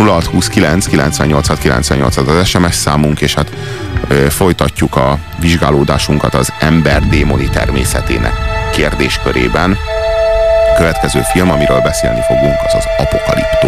0629 98 98 az SMS számunk, és hát folytatjuk a vizsgálódásunkat az ember démoni természetének kérdéskörében. A következő film, amiről beszélni fogunk, az az Apokaliptó.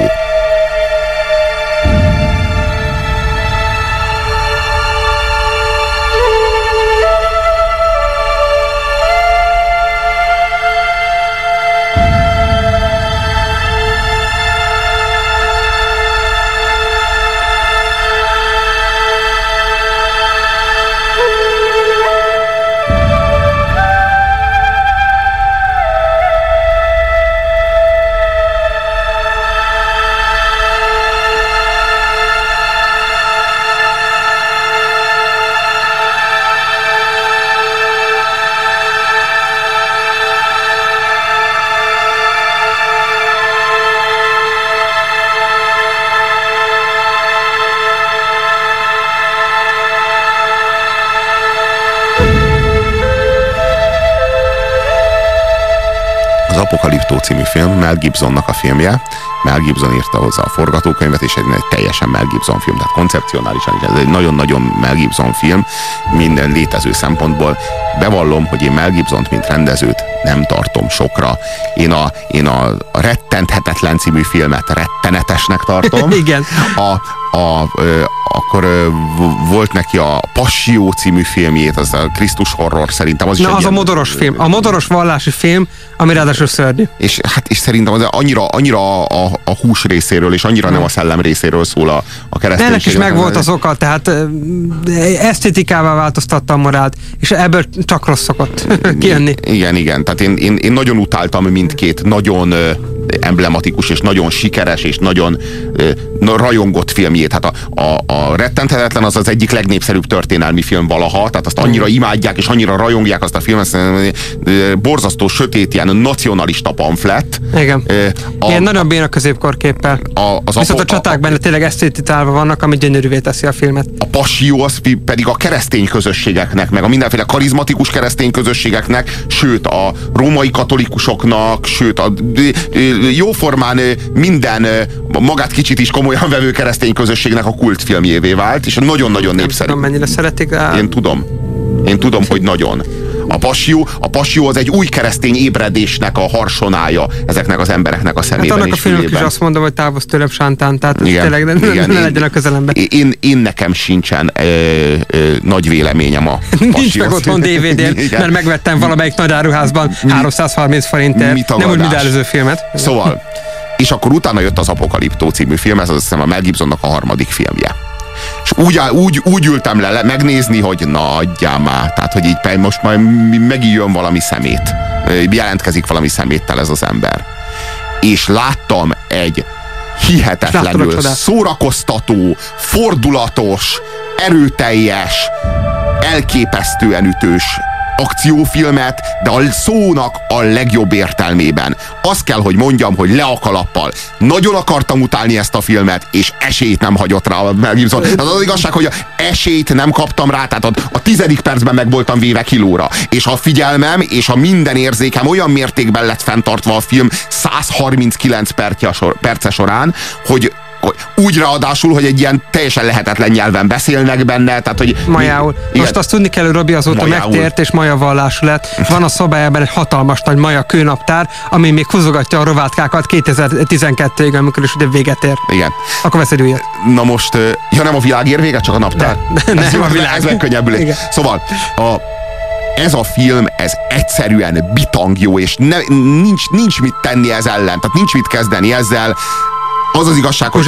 Apokaliptó című film Mel Gibsonnak a filmje. Mel Gibson írta hozzá a forgatókönyvet, és egy teljesen Mel Gibson film, tehát koncepcionálisan is ez egy nagyon-nagyon Mel Gibson film minden létező szempontból. Bevallom, hogy én Mel Gibsont, mint rendezőt nem tartom sokra. Én a Rettenthetetlen című filmet rettenetesnek tartom. Igen. Akkor volt neki a Passió című filmjét, az a Krisztus horror, szerintem az is az a modoros film. A modoros vallási film, ami ráadásul szörnyű. És szerintem az annyira a hús részéről, és annyira nem a szellem részéről szól a kereszténység. Ennek is megvolt az oka, tehát esztétikává változtatta a morált, és ebből csak rossz szokott kijönni. Igen. Tehát én nagyon utáltam mindkét nagyon emblematikus, és nagyon sikeres, és nagyon rajongott filmjét. Hát a Rettenthetetlen az egyik legnépszerűbb történelmi film valaha, tehát azt annyira imádják, és annyira rajongják azt a filmet, borzasztó, sötét, ilyen nacionalista pamflett. Igen. Ilyen nagyon béna középkorképpel. Viszont a csaták benne tényleg esztétizálva vannak, ami gyönyörűvé teszi a filmet. A Passió az pedig a keresztény közösségeknek, meg a mindenféle karizmatikus keresztény közösségeknek, sőt a római katolikusoknak, sőt a jóformán minden magát kicsit is komolyan vevő keresztény közösségnek a kultfilmjévé vált, és nagyon-nagyon népszerű. Nem tudom, mennyire szeretik. Én tudom, hogy nagyon. A Passió az egy új keresztény ébredésnek a harsonája ezeknek az embereknek a szemében. Hát annak a filmnek is azt mondom, hogy távozz tőlem sántán, tehát tényleg ne legyen a közelemben. Én nekem sincsen nagy véleményem a Passió. Nincs meg otthon DVD-n, mert megvettem valamelyik nagy áruházban 330 forintért. Nem úgy, mint előző filmet. Szóval, és akkor utána jött az Apokaliptó című film, ez azt hiszem a Mel Gibsonnak a harmadik filmje. És úgy ültem le megnézni, hogy na adjál már, tehát hogy így most majd megint jön valami szemét. Jelentkezik valami szeméttel ez az ember. És láttam egy hihetetlenül szórakoztató, fordulatos, erőteljes, elképesztően ütős akciófilmet, de a szónak a legjobb értelmében. Azt kell, hogy mondjam, hogy le a kalappal. Nagyon akartam utálni ezt a filmet, és esélyt nem hagyott rá a Mel Gibson. Az igazság, hogy esélyt nem kaptam rá, tehát a 10. percben meg voltam véve kilóra. És a figyelmem és a minden érzékem olyan mértékben lett fenntartva a film 139 perce során, hogy úgy ráadásul, hogy egy ilyen teljesen lehetetlen nyelven beszélnek benne, tehát hogy... Majául. Most azt tudni kell, hogy Robi azóta megtért, és maja vallású lett. Van a szobájában egy hatalmas nagy maja kőnaptár, ami még húzogatja a rovátkákat 2012-ig, amikor is ugye véget ér. Igen. Akkor veszed újat. Na most, nem a világ ér véget, csak a naptár? Nem a világ. Ez legkönnyebbül. Szóval, ez a film, ez egyszerűen bitang jó, és nincs mit tenni ez ellen, tehát nincs mit kezdeni ezzel. Az az igazság, hogy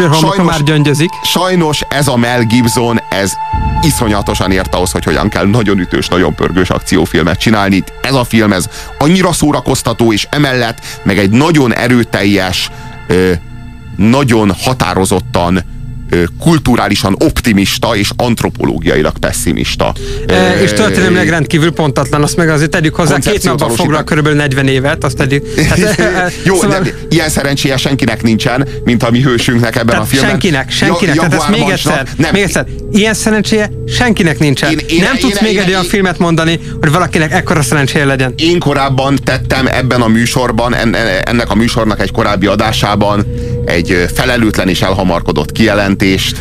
sajnos ez a Mel Gibson, ez iszonyatosan ért ahhoz, hogy hogyan kell nagyon ütős, nagyon pörgős akciófilmet csinálni. Ez a film, ez annyira szórakoztató, és emellett meg egy nagyon erőteljes, nagyon határozottan kulturálisan optimista és antropológiailag pessimista. És történelmileg rendkívül pontatlan, azt meg azért tegyük hozzá, 2 napban foglal körülbelül 40 évet, azt tegyük. Jó, szóval... ilyen szerencséje senkinek nincsen, mint a mi hősünknek ebben a filmben. Senkinek. Tehát ezt még egyszer, ilyen szerencséje senkinek nincsen. Nem tudsz még egy olyan filmet mondani, hogy valakinek ekkora szerencséje legyen. Én korábban tettem ebben a műsorban, ennek a műsornak egy korábbi adásában egy felelőtlen és elhamarkodott kijelentést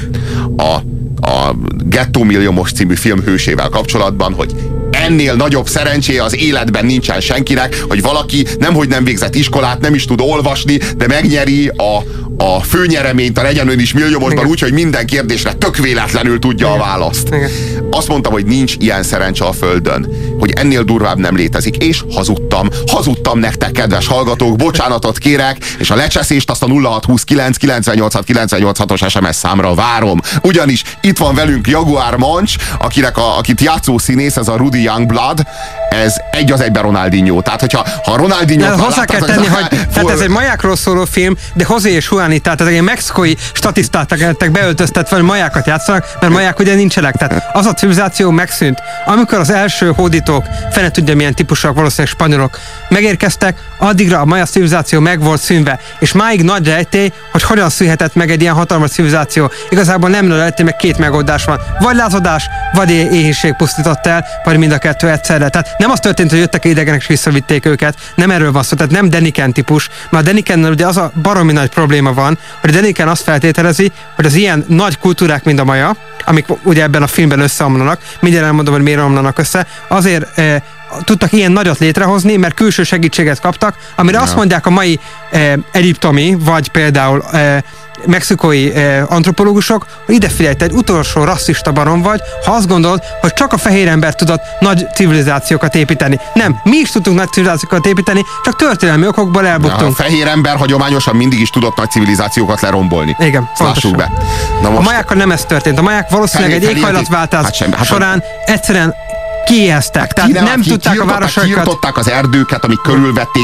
a Gettó Milliomos című film hősével kapcsolatban, hogy ennél nagyobb szerencséje az életben nincsen senkinek, hogy valaki nemhogy nem végzett iskolát, nem is tud olvasni, de megnyeri a főnyereményt a Legyen Ön is Milliomosban úgy, hogy minden kérdésre tök véletlenül tudja a választ. Igen. Azt mondtam, hogy nincs ilyen szerencse a Földön, hogy ennél durvább nem létezik, és hazudtam nektek, kedves hallgatók, bocsánatot kérek, és a lecseszést azt a 0629 986 986-os SMS számra várom. Ugyanis itt van velünk Jaguar Mancs, akit játszó színész, ez a Rudy Youngblood, ez egy az egyben Ronaldinho. Tehát, hogyha Ronaldinho... Hozzá kell tenni, hogy tehát ez egy majákról szóló film, de José és Juani, tehát ezek egy mexikói statisztátok lettek beöltöztetve, hogy majákat játszanak, mert maják ugye nincsenek. Tehát az a civilizáció megszűnt. Amikor az első hódítók, fene tudja milyen típusok, valószínűleg spanyolok megérkeztek, addigra a maja civilizáció meg volt szűnve. És máig nagy rejtély, hogy hogyan szűnhetett meg egy ilyen hatalmas civilizáció. Igazából nem nagy rejtély, meg két megoldás van. Vagy lázadás, vagy éhínség pusztított el, vagy mind a kettő egyszerre. Tehát nem az történt, hogy jöttek idegenek és visszavitték őket. Nem erről van szó, tehát nem Deniken típus. Mert a Denikennel ugye az a baromi nagy probléma van, hogy a Deniken azt feltételezi, hogy az ilyen nagy kultúrák, mint a maja, amik ugye ebben a filmben összeomlanak, mindjárt elmondom, hogy miért omlanak össze, azért tudtak ilyen nagyot létrehozni, mert külső segítséget kaptak, amire azt mondják a mai egyiptomi, vagy például mexikói antropológusok, hogy ide figyelj, te egy utolsó rasszista barom vagy, ha azt gondolod, hogy csak a fehér ember tudott nagy civilizációkat építeni. Nem, mi is tudtunk nagy civilizációkat építeni, csak történelmi okokból elbuktunk. A fehér ember hagyományosan mindig is tudott nagy civilizációkat lerombolni. Igen, lássuk be. Na most... A majákkal nem ez történt. A maják valószínűleg egy éghajlatváltás során egyszerűen kiijesztek. Tehát nem tudták a városokat... Kiirtották az erdőket, amik körülvették.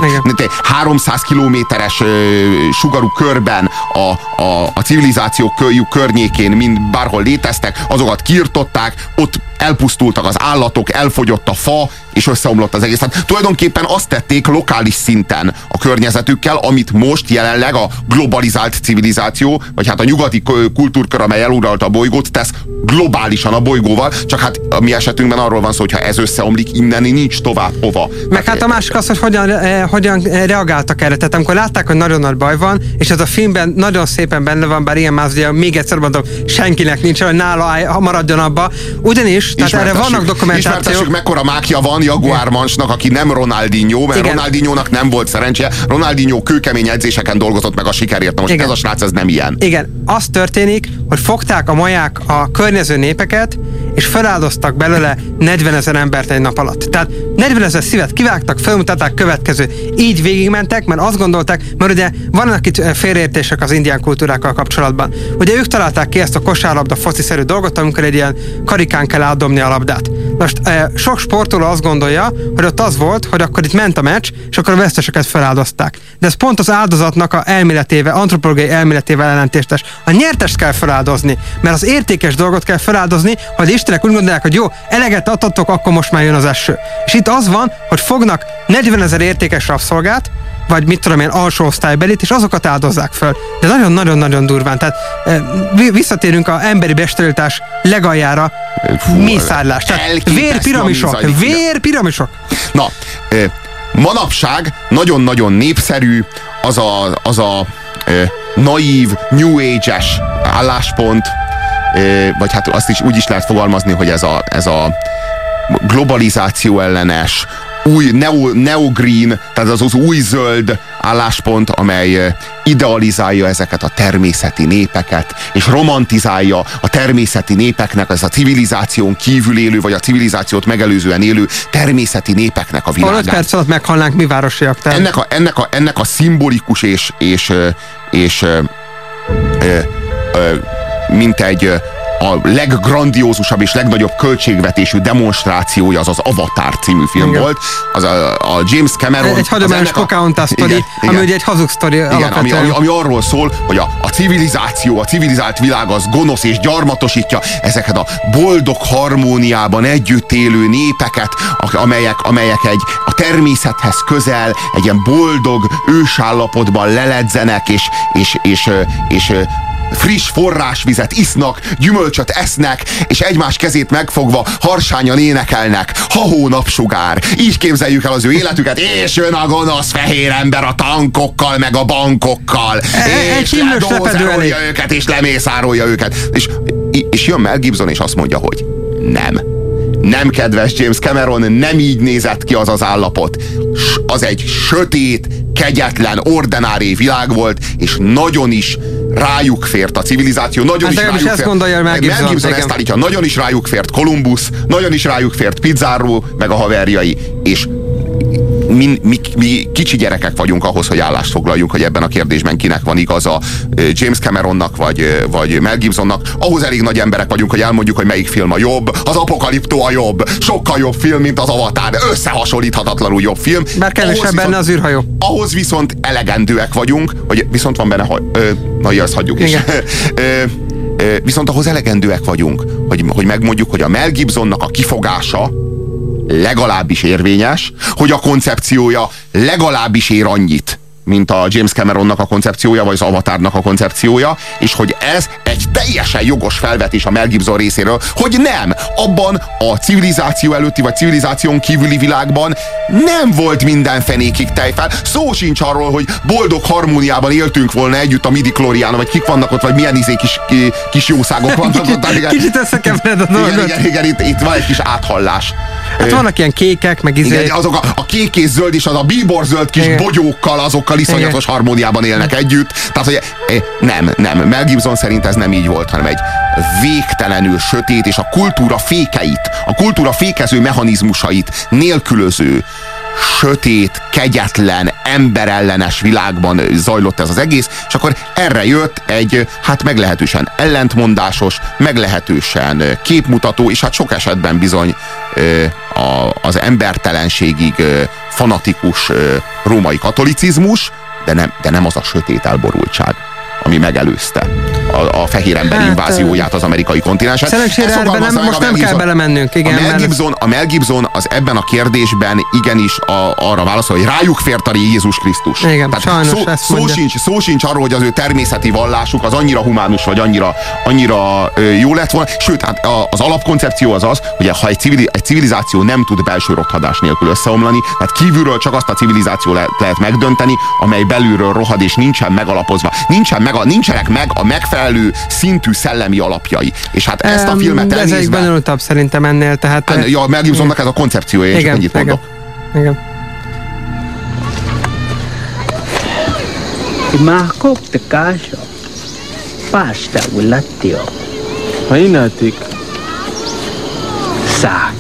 300 kilométeres sugarú körben a civilizációk környékén, mind bárhol léteztek, azokat kiirtották, ott elpusztultak az állatok, elfogyott a fa, és összeomlott az egész. Tehát tulajdonképpen azt tették lokális szinten a környezetükkel, amit most jelenleg a globalizált civilizáció, vagy hát a nyugati kultúrkör, amely eluralta a bolygót, tesz globálisan a bolygóval, csak hát a mi esetünkben arról van szó, hogy ha ez összeomlik, innen nincs tovább hova. Meg hát a másik az, hogy hogyan reagáltak erre. Tehát amikor látták, hogy nagyon nagy baj van, és ez a filmben nagyon szépen benne van, bár ilyen más, ugye még egyszer mondom, senkinek nincs, hogy nála maradjon abba. Ugyanis, tehát erre vannak dokumentációk. Ismertessük, mekkora mákja van Jaguar Mancsnak, aki nem Ronaldinho, mert Ronaldinho-nak nem volt szerencse. Ronaldinho kőkemény edzéseken dolgozott meg a sikerért. Na most ez a srác, ez nem ilyen. Igen, az történik, hogy fogták a maják a környező népeket, és feláldoztak belőle 40 000 embert egy nap alatt. Tehát 40 000 szívet kivágtak, felmutatták következő. Így végigmentek, mert azt gondolták, mert ugye vannak itt félreértések az indián kultúrákkal kapcsolatban. Ugye ők találták ki ezt a kosárlabda fociszerű dolgot, amikor egy ilyen karikán kell átdobni a labdát. Most sok sportoló azt gondolja, hogy ott az volt, hogy akkor itt ment a meccs, és akkor a veszteseket feláldozták. De ez pont az áldozatnak a elméletével, antropológiai elméletével ellentétes. A nyertest kell feláldozni, mert az értékes dolgot kell feláldozni, hogy az istenek úgy gondolják, hogy jó, eleget adtatok, akkor most már jön az eső. És itt az van, hogy fognak 40 000 értékes rabszolgát, vagy mit tudom én, alsó osztálybelit, és azokat áldozzák föl. De nagyon-nagyon-nagyon durván. Tehát visszatérünk az emberi bestialitás legaljára, mészárlás. Tehát vérpiramisok. Na, manapság nagyon-nagyon népszerű az a naív, new age-es álláspont, vagy hát azt is úgy is lehet fogalmazni, hogy ez a globalizáció ellenes, új neogreen, tehát az új zöld álláspont, amely idealizálja ezeket a természeti népeket, és romantizálja a természeti népeknek, ez a civilizáción kívül élő, vagy a civilizációt megelőzően élő természeti népeknek a világát. 5 perc alatt meghalnánk mi városiak. Ennek a szimbolikus és mint egy a leggrandiózusabb és legnagyobb költségvetésű demonstrációja az Avatar című film. Igen. Volt. Az a James Cameron... Egy hagyományos Pocahontas sztori, ami ugye egy hazug sztori. Igen, ami arról szól, hogy a civilizáció, a civilizált világ az gonosz és gyarmatosítja ezeket a boldog harmóniában együtt élő népeket, amelyek a természethez közel, egy ilyen boldog ősállapotban leledzenek, és friss forrásvizet isznak, gyümölcsöt esznek, és egymás kezét megfogva harsányan énekelnek. Ha-hó napsugár. Így képzeljük el az ő életüket, és jön a gonosz fehér ember a tankokkal, meg a bankokkal, és ledózerolja őket, és lemészárolja őket. És jön Mel Gibson, és azt mondja, hogy nem. Nem, kedves James Cameron, nem így nézett ki az az állapot. Az egy sötét, kegyetlen, ordinári világ volt, és nagyon is rájuk fért a civilizáció, nagyon is rájuk fért. Ezt gondolja Mel Gibson ezt állítja, nagyon is rájuk fért Columbus, nagyon is rájuk fért Pizarro, meg a haverjai, és mi kicsi gyerekek vagyunk ahhoz, hogy állást foglaljunk, hogy ebben a kérdésben kinek van igaza, James Cameronnak vagy Mel Gibsonnak. Ahhoz elég nagy emberek vagyunk, hogy elmondjuk, hogy melyik film a jobb. Az Apokaliptó a jobb. Sokkal jobb film, mint az Avatar. Összehasonlíthatatlanul jobb film. Bár kevesebb benne az űrhajó. Ahhoz viszont elegendőek vagyunk, hogy viszont van benne ezt hagyjuk is. Viszont ahhoz elegendőek vagyunk, hogy megmondjuk, hogy a Mel Gibsonnak a kifogása legalábbis érvényes, hogy a koncepciója legalábbis ér annyit, mint a James Cameronnak a koncepciója, vagy az Avatarnak a koncepciója, és hogy ez egy teljesen jogos felvetés a Mel Gibson részéről, hogy nem, abban a civilizáció előtti, vagy civilizáción kívüli világban nem volt minden fenékig tejfel. Szó sincs arról, hogy boldog harmóniában éltünk volna együtt a midi-klórián, vagy kik vannak ott, vagy milyen kis jószágok vannak ott. Kicsit összekevered a dolgot. Igen, itt van egy kis áthallás. Hát vannak ilyen kékek, meg igen, azok a kék és zöld és az a bíborzöld kis bogyókkal, azokkal iszonyatos harmóniában élnek együtt. Tehát, hogy nem. Mel Gibson szerint ez nem így volt, hanem egy végtelenül sötét és a kultúra fékező mechanizmusait nélkülöző, sötét, kegyetlen, emberellenes világban zajlott ez az egész, és akkor erre jött egy, hát meglehetősen ellentmondásos, meglehetősen képmutató, és hát sok esetben bizony az embertelenségig fanatikus római katolicizmus, de nem az a sötét elborultság, ami megelőzte a fehér ember invázióját az amerikai kontinensen. Szerencsére ebben most nem kell belemennünk. Igen, a Mel Gibson az ebben a kérdésben igenis arra válaszol, hogy rájuk fért a Jézus Krisztus. Igen, sajnos szó sincs arról, hogy az ő természeti vallásuk az annyira humánus, vagy annyira jó lett volna. Sőt, hát az alapkoncepció az, hogy ha egy civilizáció nem tud belső rothadás nélkül összeomlani, tehát kívülről csak azt a civilizáció lehet megdönteni, amely belülről rohad és nincsen megalapozva. Nincsenek meg a megfelelő szintű szellemi alapjai. És hát ezt a filmet elnézve... Ez egy bonyolultabb szerintem ennél, tehát... Ja, Mel Gibsonnak ez a koncepciója, én csak ennyit mondok. Igen. Mahkok te kása. Pásta ulatio. Hainatik. Szák.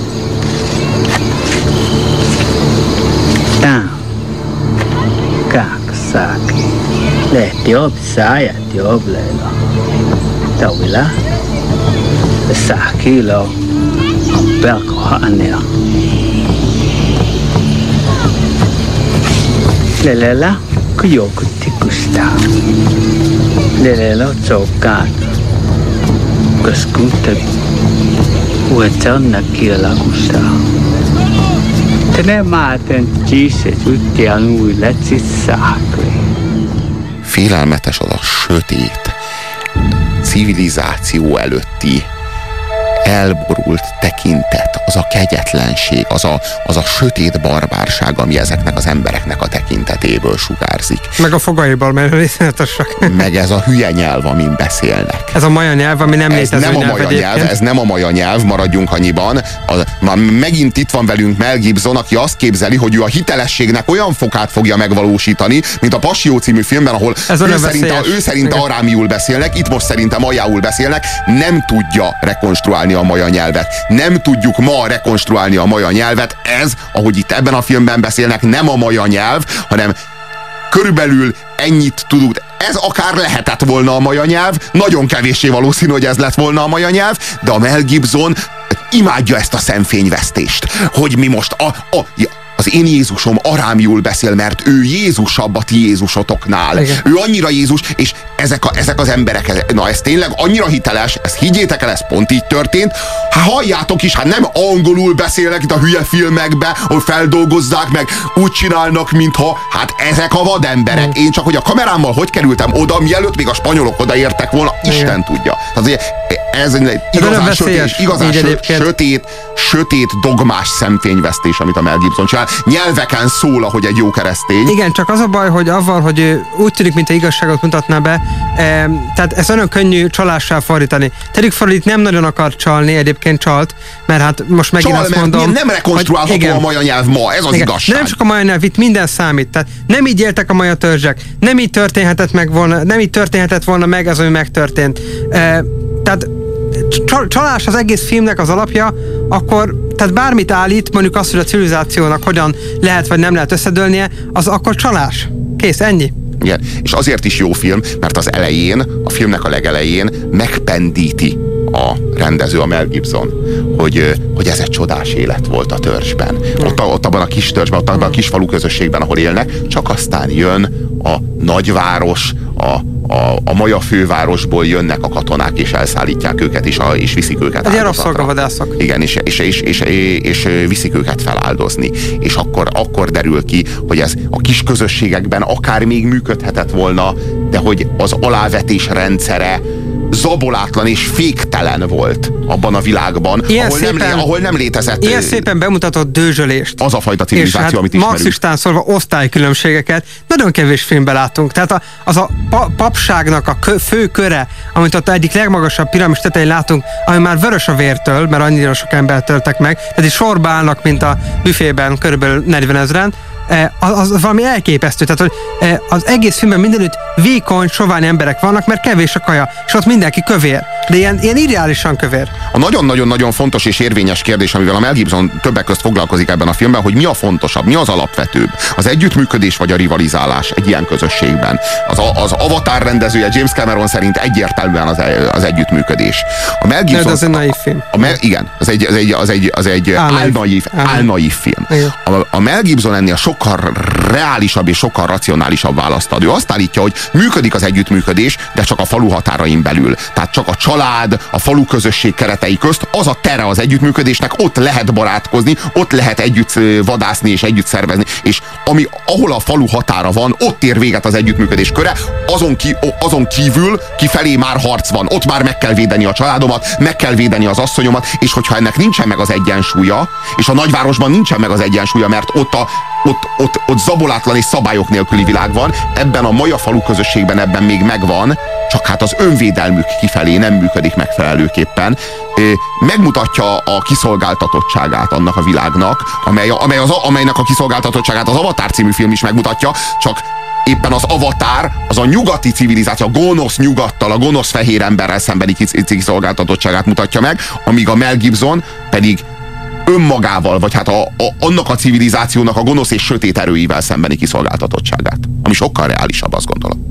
Tán. Kák száki. Jobb száját, jobb leila. Tauila. Szákila. A belka hánea. Lelela, kujokutikusta. Lelela, tsokkaan. Kaskuntavi. Uetsanna kielakusta. Tänne maaten jiiset uttian uiletsit saakli. Félelmetes az a sötét, civilizáció előtti elborult tekintet, az a kegyetlenség, az a sötét barbárság, ami ezeknek az embereknek a tekintetéből sugárzik. Meg a fogaiból, mert részletesek. Meg ez a hülye nyelv, amin beszélnek. Ez a maja nyelv, ami nem létező nyelv. Ez nem a maja nyelv, maradjunk annyiban. Már megint itt van velünk Mel Gibson, aki azt képzeli, hogy ő a hitelességnek olyan fokát fogja megvalósítani, mint a Passió című filmben, ahol ő szerint arámiul beszélnek, itt most szerintem majául beszélnek, nem tudja rekonstruálni a maja nyelvet. Nem tudjuk ma rekonstruálni a maja nyelvet. Ez, ahogy itt ebben a filmben beszélnek, nem a maja nyelv, hanem körülbelül ennyit tudunk. Ez akár lehetett volna a maja nyelv, nagyon kevéssé valószínű, hogy ez lett volna a maja nyelv, de a Mel Gibson imádja ezt a szemfényvesztést, hogy mi most az én Jézusom arámjul beszél, mert ő Jézusabb a ti Jézusotoknál. Igen. Ő annyira Jézus, és ezek az emberek, na ez tényleg annyira hiteles, ezt higgyétek el, ez pont így történt. Hát halljátok is, hát nem angolul beszélnek itt a hülye filmekbe, ahol feldolgozzák meg, úgy csinálnak, mintha, hát ezek a vademberek. Én csak, hogy a kamerámmal hogy kerültem oda, mielőtt még a spanyolok odaértek volna, Isten tudja. Tehát ez egy igazán sötét, dogmás szemfényvesztés, amit a Mel Gibson csinál. Nyelveken szól, ahogy egy jó keresztény. Igen, csak az a baj, hogy avval, hogy ő úgy tűnik, mint a igazságot mutatná be, tehát ez nagyon könnyű csalással fordítani. Tedrick Ford itt nem nagyon akar csalni, egyébként csalt, mert hát most megint azt mondom... nem rekonstruálható a maja nyelv ma, ez az igazság. De nem csak a maja nyelv, itt minden számít. Tehát nem így éltek a maja törzsek, nem így történhetett volna meg ez, ami megtörtént. Tehát csalás az egész filmnek az alapja, akkor tehát bármit állít, mondjuk azt, hogy a civilizációnak hogyan lehet vagy nem lehet összedőlnie, az akkor csalás. Kész, ennyi. Igen, és azért is jó film, mert az elején, a filmnek a legelején megpendíti a rendező, a Mel Gibson, hogy ez egy csodás élet volt a törzsben. Ott abban a kis törzsben, ott abban a kis falu közösségben, ahol élnek, csak aztán jön a nagyváros, a maja fővárosból jönnek a katonák, és elszállítják őket, és viszik őket áldozatra. Rabszolgavadászok. Igen, és viszik őket feláldozni. És akkor derül ki, hogy ez a kis közösségekben akár még működhetett volna, de hogy az alávetés rendszere zabolátlan és féktelen volt abban a világban, ahol nem létezett. Ilyen szépen bemutatott dőzsölést. Az a fajta civilizáció, és amit ismerünk. marxistán szólva osztálykülönbségeket nagyon kevés filmben látunk. Tehát az a papságnak a fő köre, amit ott egyik legmagasabb piramis tetején látunk, ami már vörös a vértől, mert annyira sok embert töltek meg, tehát is sorba állnak, mint a büfében körülbelül 40 000-en, az valami elképesztő. Tehát, hogy az egész filmben mindenütt vékony, sovány emberek vannak, mert kevés a kaja, és ott mindenki kövér. De ilyen ideálisan kövér. A nagyon-nagyon-nagyon fontos és érvényes kérdés, amivel a Mel Gibson többek közt foglalkozik ebben a filmben, hogy mi a fontosabb, mi az alapvetőbb? Az együttműködés vagy a rivalizálás egy ilyen közösségben? Az Avatar rendezője James Cameron szerint egyértelműen az együttműködés. A Mel Gibson, de az egy naív film. Igen, az egy álnaív film. A Mel Gibson ennél sokkal reálisabb és sokkal racionálisabb választ ad. Ő azt állítja, hogy működik az együttműködés, de csak a falu határain belül. Tehát csak a család, a falu közösség keretei közt az a tere az együttműködésnek, ott lehet barátkozni, ott lehet együtt vadászni és együtt szervezni, és ahol a falu határa van, ott ér véget az együttműködés köre, azon kívül kifelé már harc van, ott már meg kell védeni a családomat, meg kell védeni az asszonyomat, és hogyha ennek nincsen meg az egyensúlya, és a nagyvárosban nincsen meg az egyensúlya, mert ott zabolátlan és szabályok nélküli világ van, ebben a maja falu közösségben ebben még megvan, csak hát az önvédelmük kifelé nem működik megfelelőképpen. Megmutatja a kiszolgáltatottságát annak a világnak, amelynek a kiszolgáltatottságát az Avatar című film is megmutatja, csak éppen az Avatar, az a nyugati civilizáció, a gonosz nyugattal, a gonosz fehér emberrel szembeni kiszolgáltatottságát mutatja meg, amíg a Mel Gibson pedig önmagával, vagy hát annak a civilizációnak a gonosz és sötét erőivel szembeni kiszolgáltatottságát. Ami sokkal reálisabb, azt gondolom.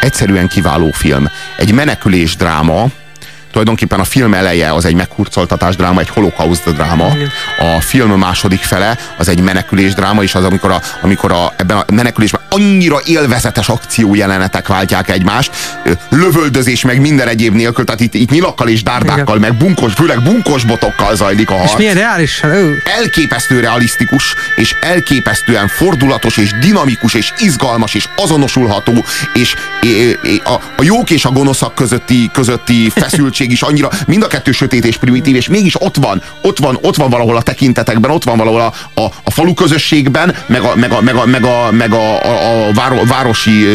egyszerűen kiváló film. Egy menekülés dráma, tulajdonképpen a film eleje az egy meghurcoltatás dráma, egy holokauszt dráma. A film második fele az egy menekülés dráma, és az, amikor ebben a menekülésben annyira élvezetes akciójelenetek váltják egymást, lövöldözés meg minden egyéb nélkül, tehát itt nyilakkal és dárdákkal, meg főleg bunkos botokkal zajlik a harc. És milyen reális? Elképesztő realisztikus, és elképesztően fordulatos, és dinamikus, és izgalmas, és azonosulható, és a jók és a gonoszak közötti feszültség is annyira, mind a kettő sötét és primitív, és mégis ott van valahol a tekintetekben, ott van valahol a falu közösségben, meg a városi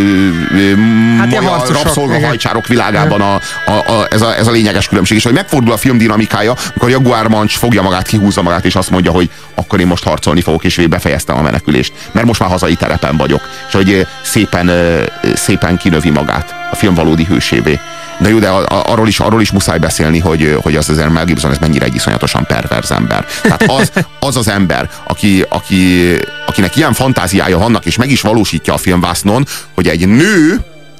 rabszolgahajcsárok világában ez a lényeges különbség. És hogy megfordul a film dinamikája, amikor Jaguar Mancs fogja magát, kihúzza magát, és azt mondja, hogy akkor én most harcolni fogok, és befejeztem a menekülést, mert most már hazai terepen vagyok. És hogy szépen kinövi magát a film valódi hősévé. De jó, de arról is muszáj beszélni, hogy az Mel Gibson ez mennyire egy iszonyatosan perverz ember. Tehát az ember, akinek ilyen fantáziája vannak, és meg is valósítja a filmvásznon, hogy egy nő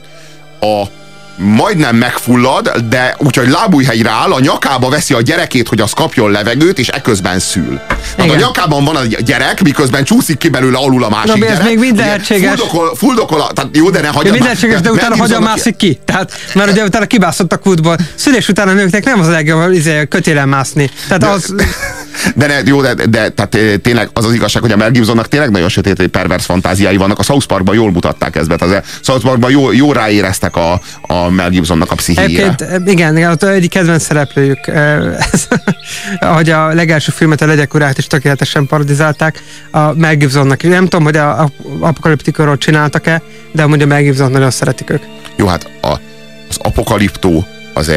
majdnem megfullad, de úgyhogy lábújhegyre áll, a nyakába veszi a gyerekét, hogy az kapjon levegőt, és eközben szül. Tehát a nyakában van a gyerek, miközben csúszik ki belőle alul a másik gyerek. Ez még mind lehetséges. Fuldokol, tehát jó, de ne hagyja. Mind lehetséges, de utána hogyan mászik ki? Tehát, mert ugye utána kibászott a kútból. Szülés után a nőknek nem az a legjobb kötélen mászni. Tehát az... De tehát tényleg az igazság, hogy a Mel Gibsonnak tényleg nagyon sötét és pervers fantáziái vannak. A South Parkban jól mutatták ezt, a South Parkban jól ráéreztek a Mel Gibsonnak a pszichéjére. Igen, ott egyik kedvenc szereplőjük, ahogy a legelső filmet, a Legyek urát is tökéletesen parodizálták a Mel Gibsonnak. Nem tudom, hogy a Apokaliptikáról csináltak-e, de amúgy a Mel Gibson nagyon szeretik ők. Jó, hát az Apokaliptó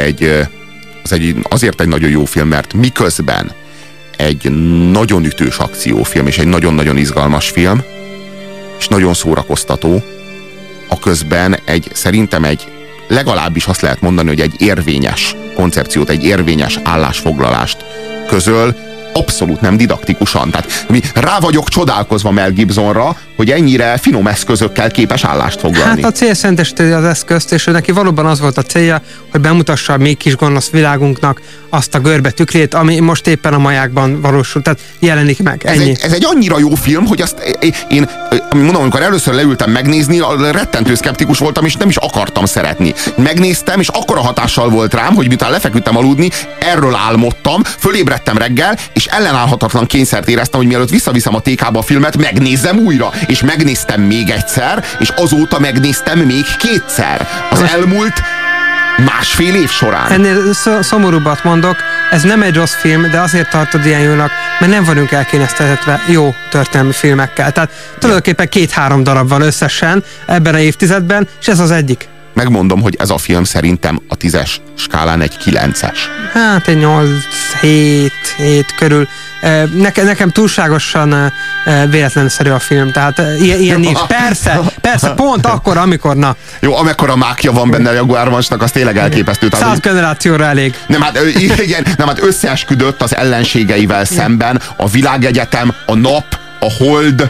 azért egy nagyon jó film, mert miközben egy nagyon ütős akciófilm, és egy nagyon-nagyon izgalmas film, és nagyon szórakoztató, aközben szerintem legalábbis azt lehet mondani, hogy egy érvényes koncepciót, egy érvényes állásfoglalást közöl, abszolút nem didaktikusan. Tehát rá vagyok csodálkozva Mel Gibsonra, hogy ennyire finom eszközökkel képes állást foglalni. Hát a cél szentesíti az eszközt, és neki valóban az volt a célja, hogy bemutassa a még kis gonosz világunknak azt a görbe tükrét, ami most éppen a majákban valósul, tehát jelenik meg. Ennyi. Ez egy annyira jó film, hogy azt én mondom, amikor először leültem megnézni, rettentő szkeptikus voltam, és nem is akartam szeretni. Megnéztem, és akkora hatással volt rám, hogy miután lefeküdtem aludni, erről álmodtam, fölébredtem reggel, és ellenállhatatlan kényszert éreztem, hogy mielőtt visszaviszem a TK-ba a filmet, megnézzem újra. És megnéztem még egyszer, és azóta megnéztem még kétszer. Az elmúlt másfél év során. Ennél szomorúbbat mondok, ez nem egy rossz film, de azért tartod ilyen jónak, mert nem vagyunk elkényeztetve jó történelmi filmekkel. Tehát tulajdonképpen 2-3 darab van összesen ebben a évtizedben, és ez az egyik. Megmondom, hogy ez a film szerintem a 10-es skálán egy 9-es. Hát egy 8-7 körül. Nekem túlságosan véletlenszerű a film, tehát ilyen nincs. Persze, pont akkor, amikor Jó, amekkora mákja van benne a Jaguar Manchnak, az tényleg elképesztő. 100 generációra elég. Nem, hát összeesküdött az ellenségeivel szemben a világegyetem, a nap, a hold,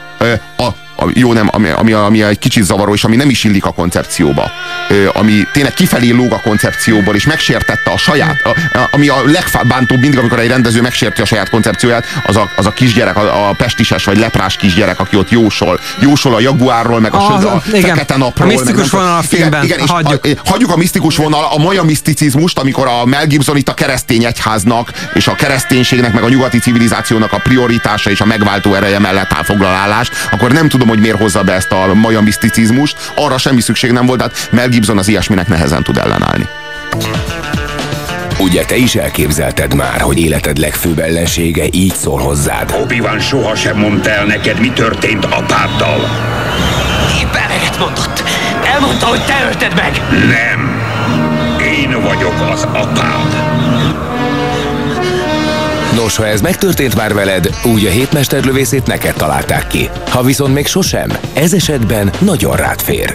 ami egy kicsit zavaró, és ami nem is illik a koncepcióba. Ami tényleg kifelé lóg a koncepcióból, és megsértette a saját, ami a legbántóbb mindig, amikor egy rendező megsérti a saját koncepcióját, az a kisgyerek, a pestises vagy leprás kisgyerek, aki ott jósol a Jaguárról, meg a fekete napról. A misztikus vonal a filmben, igen, hagyjuk a misztikus vonal, a maja miszticizmust, amikor a Mel Gibson itt a keresztény egyháznak, és a kereszténységnek, meg a nyugati civilizációnak a prioritása és a megváltó ereje mellett áll foglalálást, akkor nem tudom, hogy miért hozza be ezt a maja miszticizmust, arra semmi szükség nem volt, tehát Mel Gibson az ilyesminek nehezen tud ellenállni. Ugye te is elképzelted már, hogy életed legfőbb ellensége így szól hozzád? Obi-Wan sohasem mondta el neked, mi történt apáddal. Éppen eleget mondott. Elmondta, hogy te ölted meg. Nem. Én vagyok az apád. Nos, ha ez megtörtént már veled, úgy a hétmesterlövészét neked találták ki. Ha viszont még sosem, ez esetben nagyon rád fér.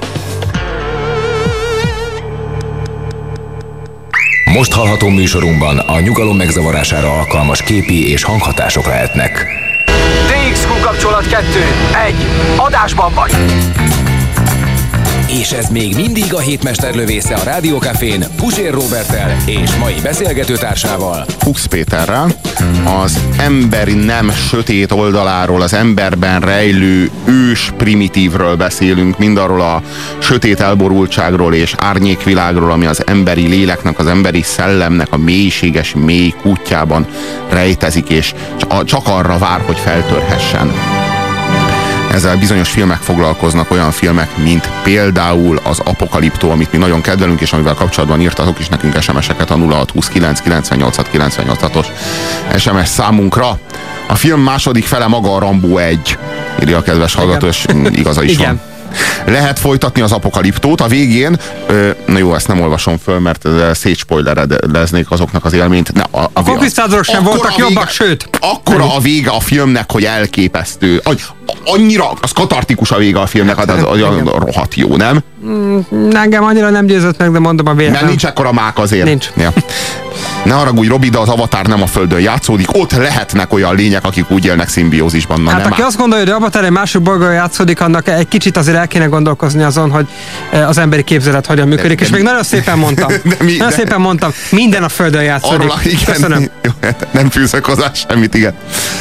Most hallható műsorunkban a nyugalom megzavarására alkalmas képi és hanghatások lehetnek. DXQ kapcsolat 2. 1. Adásban vagy. És És ez még mindig a hétmesterlövésze a Rádiókafén Puzsér Róberttel és mai beszélgetőtársával, Fuchs Péterrel. Az emberi nem sötét oldaláról, az emberben rejlő ős primitívről beszélünk, mindarról a sötét elborultságról és árnyékvilágról, ami az emberi léleknek, az emberi szellemnek a mélységes mély kútjában rejtezik, és csak arra vár, hogy feltörhessen. Ezzel bizonyos filmek foglalkoznak, olyan filmek, mint például az Apokaliptó, amit mi nagyon kedvelünk, és amivel kapcsolatban írtatok is nekünk SMS-eket a 0629 98 os SMS számunkra. A film második fele maga a Rambo 1, írja a kedves hallgató, és igaza is van. Lehet folytatni az Apokaliptót a végén, na jó, ezt nem olvasom föl, mert szétspoilereznék azoknak az élményt. A konquisztádorok sem voltak jobbak, sőt. Akkora a vége a filmnek, hogy elképesztő. Annyira, az katartikus a vége a filmnek, az rohadt jó, nem? Engem annyira nem győzött meg, de mondom a vélet. Mert nincs ekkora mák azért. Nincs. Ja. Ne haragudj, Robi, de az Avatar nem a Földön játszódik. Ott lehetnek olyan lények, akik úgy élnek szimbiózisban. Hát aki azt gondolja, hogy Avatar egy másik bolygón játszódik, annak egy kicsit azért el kéne gondolkozni azon, hogy az emberi képzelet hogyan működik. És még nagyon szépen mondtam. Szépen mondtam, minden a Földön játszódik. Köszönöm. Nem fűzök hozzá semmit, igen.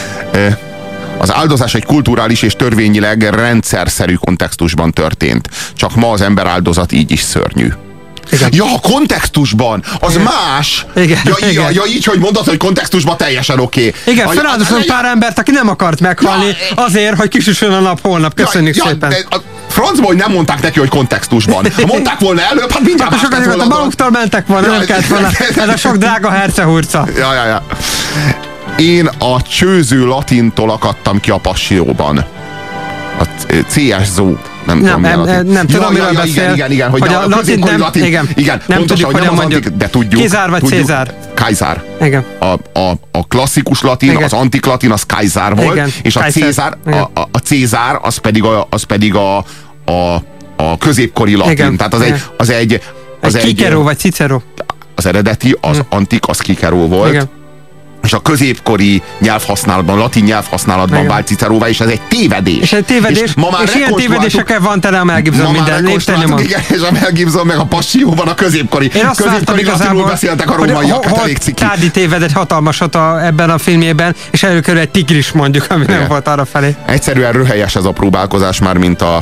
Az áldozás egy kulturális és törvényileg rendszerszerű kontextusban történt. Csak ma az ember áldozat így is szörnyű. Igen. Ja, kontextusban, az igen. Más. Igen. Ja, így, hogy mondod, hogy kontextusban teljesen oké. Igen, feláldozunk pár embert, aki nem akart meghalni azért, hogy kisüssön a nap holnap. Köszönjük szépen. Francban, hogy nem mondták neki, hogy kontextusban. Ha mondták volna előbb, hát mindjárt más lett volna. A maguktól mentek volna, nem kellett volna. Ez a sok drága hercehurca. Ja. Én a csőző latintól akadtam ki a Passióban. A CS Zoo. Nem tudom, miről beszél. Igen, hogy a középkori latin. Igen, nem tudjuk, hogyan mondjuk. De tudjuk. Kézár vagy Cézár? Kajzár. Igen. A klasszikus latin, igen. Az antik latin, az Kajzár volt, igen. És a Cézár, az pedig a középkori latin. Igen. Tehát az egy Cicero vagy Cicero. Az eredeti, az antik, az Cicero volt. Igen. És a középkori nyelvhasználatban, latin nyelvhasználatban vált Ciceróvá, és ez egy tévedés. És egy tévedés, és ilyen tévedésekkel van tele a Mel Gibson minden léptennyomon. Igen, és a Mel Gibson meg a Passióban a középkori. Én azt vártam igazából, beszéltek a rómaiak, hát elég ciki. Tárdi téved egy hatalmasat ebben a filmjében, és előkerül egy tigris mondjuk, ami nem volt arra felé. Egyszerűen röhelyes ez a próbálkozás már, mint a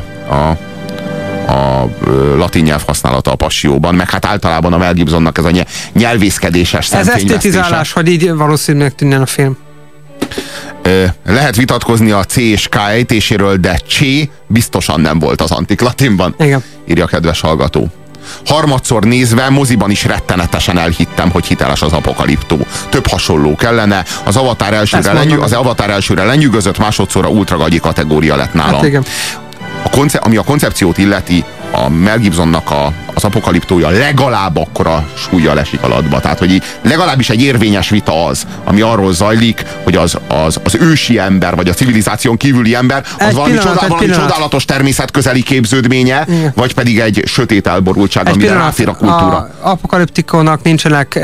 latin nyelv használata a Passióban, meg hát általában a Mel Gibsonnak ez a nyelvészkedéses szemfényvesztése. Ez esztétizálás, hogy így valószínűleg tűnne a film. Lehet vitatkozni a C és K ejtéséről, de Csé biztosan nem volt az antik latinban. Igen. Írja a kedves hallgató. Harmadszor nézve moziban is rettenetesen elhittem, hogy hiteles az Apokaliptó. Több hasonló kellene. Az Avatar elsőre lenyűgözött, másodszorra ultragagyi kategória lett nálam. Hát igen. Ami a koncepciót illeti, a Mel Gibsonnak az Apokaliptója legalább akkora súllyal esik alatba. Tehát, hogy legalábbis egy érvényes vita az, ami arról zajlik, hogy az ősi ember, vagy a civilizáción kívüli ember, az valami csodálatos természetközeli képződménye, igen. Vagy pedig egy sötét elborultság, amire ráfér a kultúra. Az apokaliptikónak nincsenek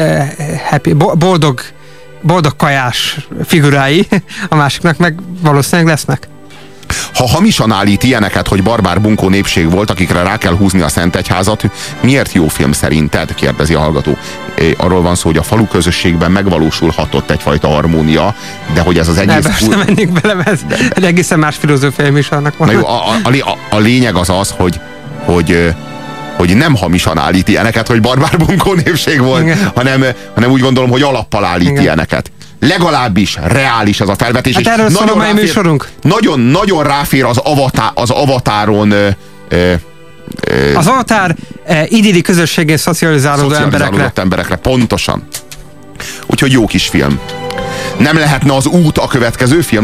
boldog kajás figurái, a másiknak meg valószínűleg lesznek. Ha hamisan állít ilyeneket, hogy barbár bunkó népség volt, akikre rá kell húzni a Szentegyházat, miért jó film szerinted? Kérdezi a hallgató. Arról van szó, hogy a falu közösségben megvalósulhatott egyfajta harmónia, de hogy ez az egész... Nem mennék bele, mert egy egészen más filozófiai műsornak van. A lényeg az, hogy nem hamisan állít ilyeneket, hogy barbár bunkó népség volt, hanem úgy gondolom, hogy alappal állít ilyeneket. Legalábbis reális ez a felvetés. Hát erről szól a mai műsorunk. Nagyon ráfér az Avatáron. Az Avatar idilli közösségén szocializálódó emberekre. Pontosan. Úgyhogy jó kis film. Nem lehetne az Út a következő film?